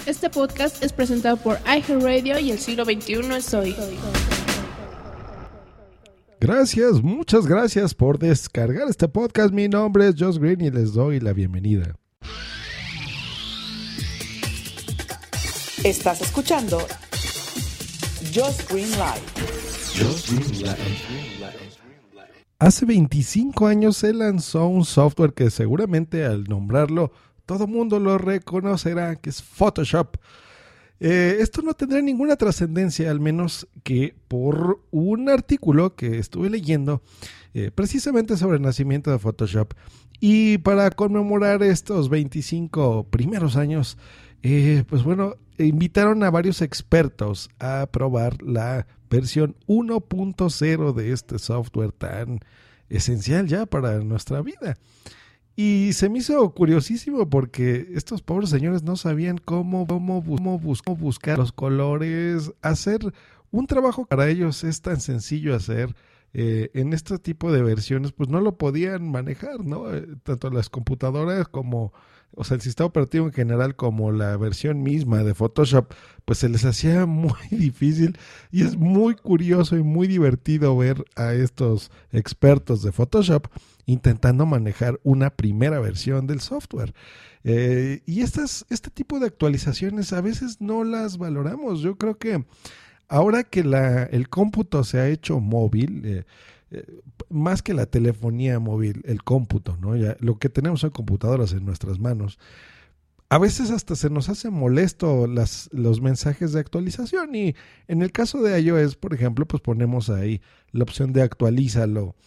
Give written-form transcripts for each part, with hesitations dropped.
Este podcast es presentado por iHeartRadio y el siglo XXI es hoy. Gracias, muchas gracias por descargar este podcast. Mi nombre es Josh Green y les doy la bienvenida. Estás escuchando Josh Green Live. Hace 25 años se lanzó un software que seguramente al nombrarlo todo mundo lo reconocerá, que es Photoshop. Esto no tendrá ninguna trascendencia, al menos que por un artículo que estuve leyendo precisamente sobre el nacimiento de Photoshop. Y para conmemorar estos 25 primeros años, pues bueno, invitaron a varios expertos a probar la versión 1.0 de este software tan esencial ya para nuestra vida. Y se me hizo curiosísimo porque estos pobres señores no sabían cómo buscar los colores, hacer un trabajo para ellos es tan sencillo hacer. En este tipo de versiones pues no lo podían manejar, ¿no? Tanto las computadoras como, o sea, el sistema operativo en general como la versión misma de Photoshop, pues se les hacía muy difícil y es muy curioso y muy divertido ver a estos expertos de Photoshop intentando manejar una primera versión del software. Y este tipo de actualizaciones a veces no las valoramos. Yo creo que ahora que el cómputo se ha hecho móvil, más que la telefonía móvil, el cómputo, ¿no? Ya, lo que tenemos son computadoras en nuestras manos. A veces hasta se nos hace molesto los mensajes de actualización y en el caso de iOS, por ejemplo, pues ponemos ahí la opción de actualízalo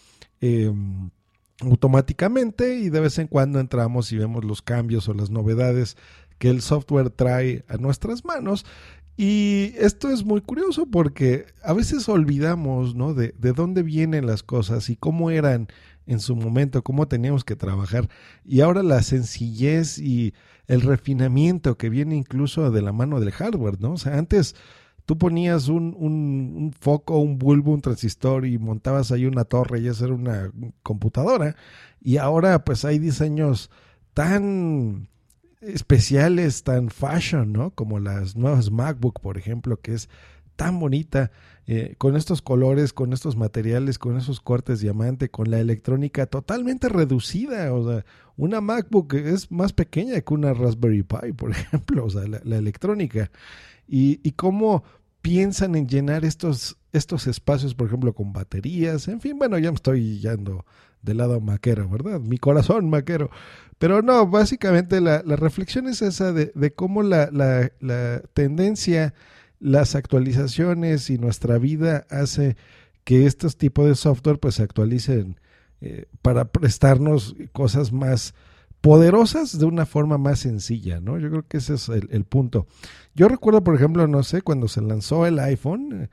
automáticamente y de vez en cuando entramos y vemos los cambios o las novedades que el software trae a nuestras manos. Y esto es muy curioso porque a veces olvidamos, ¿no? de dónde vienen las cosas y cómo eran en su momento, cómo teníamos que trabajar. Y ahora la sencillez y el refinamiento que viene incluso de la mano del hardware, ¿no? O sea, antes tú ponías un foco, un bulbo, un transistor y montabas ahí una torre y esa era una computadora. Y ahora pues hay diseños tan especiales, tan fashion, ¿no? Como las nuevas MacBook, por ejemplo, que es tan bonita, con estos colores, con estos materiales, con esos cortes diamante, con la electrónica totalmente reducida. O sea, una MacBook es más pequeña que una Raspberry Pi, por ejemplo, o sea, la electrónica. Y cómo piensan en llenar estos espacios, por ejemplo, con baterías. En fin, bueno, ya me estoy yendo del lado maquero, ¿verdad? Mi corazón maquero. Pero no, básicamente la reflexión es esa de cómo la tendencia, las actualizaciones y nuestra vida hace que estos tipos de software pues se actualicen para prestarnos cosas más poderosas de una forma más sencilla, ¿no? Yo creo que ese es el punto. Yo recuerdo, por ejemplo, no sé, cuando se lanzó el iPhone,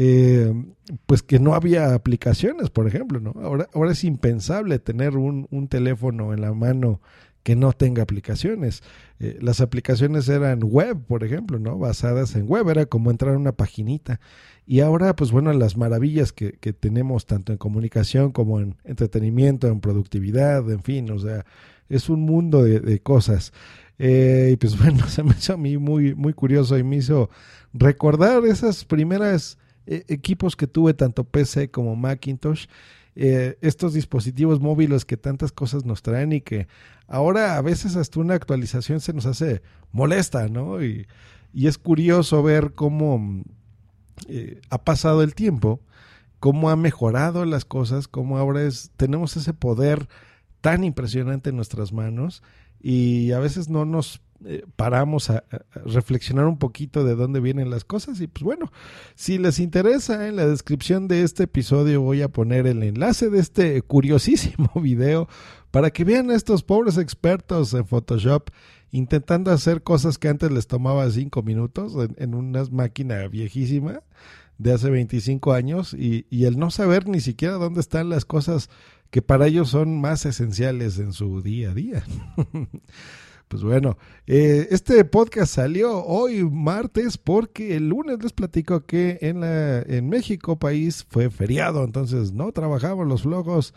pues que no había aplicaciones, por ejemplo, ¿no? Ahora es impensable tener un teléfono en la mano que no tenga aplicaciones. Las aplicaciones eran web, por ejemplo, ¿no? Basadas en web, era como entrar a una paginita. Y ahora, pues bueno, las maravillas que tenemos tanto en comunicación como en entretenimiento, en productividad, en fin, o sea, es un mundo de cosas. Y pues bueno, se me hizo a mí muy, muy curioso y me hizo recordar esas primeras equipos que tuve, tanto PC como Macintosh, estos dispositivos móviles que tantas cosas nos traen y que ahora a veces hasta una actualización se nos hace molesta, ¿no? Y es curioso ver cómo ha pasado el tiempo, cómo ha mejorado las cosas, cómo ahora tenemos ese poder tan impresionante en nuestras manos y a veces no nos paramos a reflexionar un poquito de dónde vienen las cosas. Y pues bueno, si les interesa, en la descripción de este episodio voy a poner el enlace de este curiosísimo video para que vean a estos pobres expertos en Photoshop intentando hacer cosas que antes les tomaba 5 minutos en una máquina viejísima de hace 25 años y el no saber ni siquiera dónde están las cosas que para ellos son más esenciales en su día a día. Pues bueno, este podcast salió hoy martes porque el lunes les platico que en México, país, fue feriado, entonces no trabajamos los flojos,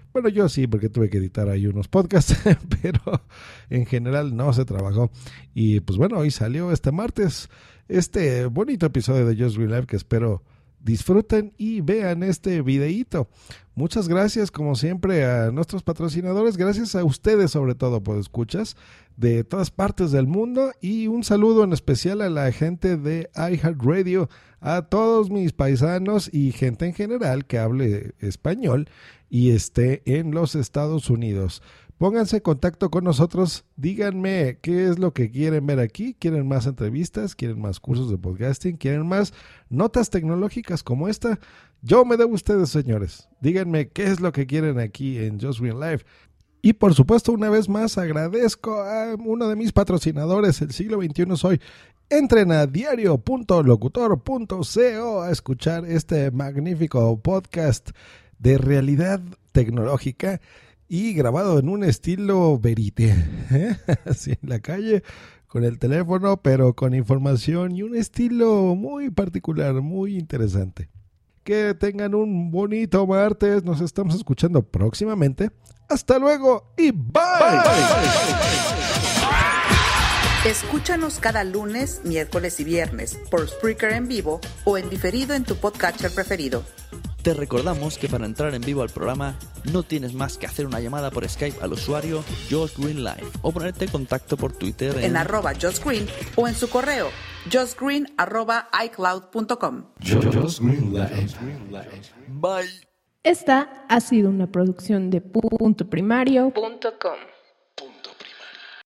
Bueno, yo sí, porque tuve que editar ahí unos podcasts, pero en general no se trabajó. Y pues bueno, hoy salió este martes este bonito episodio de Just Green Live que espero disfruten y vean este videíto. Muchas gracias como siempre a nuestros patrocinadores, gracias a ustedes sobre todo por escuchas de todas partes del mundo y un saludo en especial a la gente de iHeartRadio, a todos mis paisanos y gente en general que hable español y esté en los Estados Unidos. Pónganse en contacto con nosotros, díganme qué es lo que quieren ver aquí, quieren más entrevistas, quieren más cursos de podcasting, quieren más notas tecnológicas como esta. Yo me debo a ustedes, señores. Díganme qué es lo que quieren aquí en Just Green Live. Y por supuesto, una vez más agradezco a uno de mis patrocinadores, el siglo XXI Soy. Entren a diario.locutor.co a escuchar este magnífico podcast de realidad tecnológica y grabado en un estilo verité, así en la calle, con el teléfono, pero con información y un estilo muy particular, muy interesante. Que tengan un bonito martes, nos estamos escuchando próximamente. Hasta luego y bye. Escúchanos cada lunes, miércoles y viernes por Spreaker en vivo o en diferido en tu podcatcher preferido. Te recordamos que para entrar en vivo al programa no tienes más que hacer una llamada por Skype al usuario Just Green Live o ponerte en contacto por Twitter en @JustGreen o en su correo justgreen@icloud.com. Just Green Live. Bye. Esta ha sido una producción de puntoprimario.com.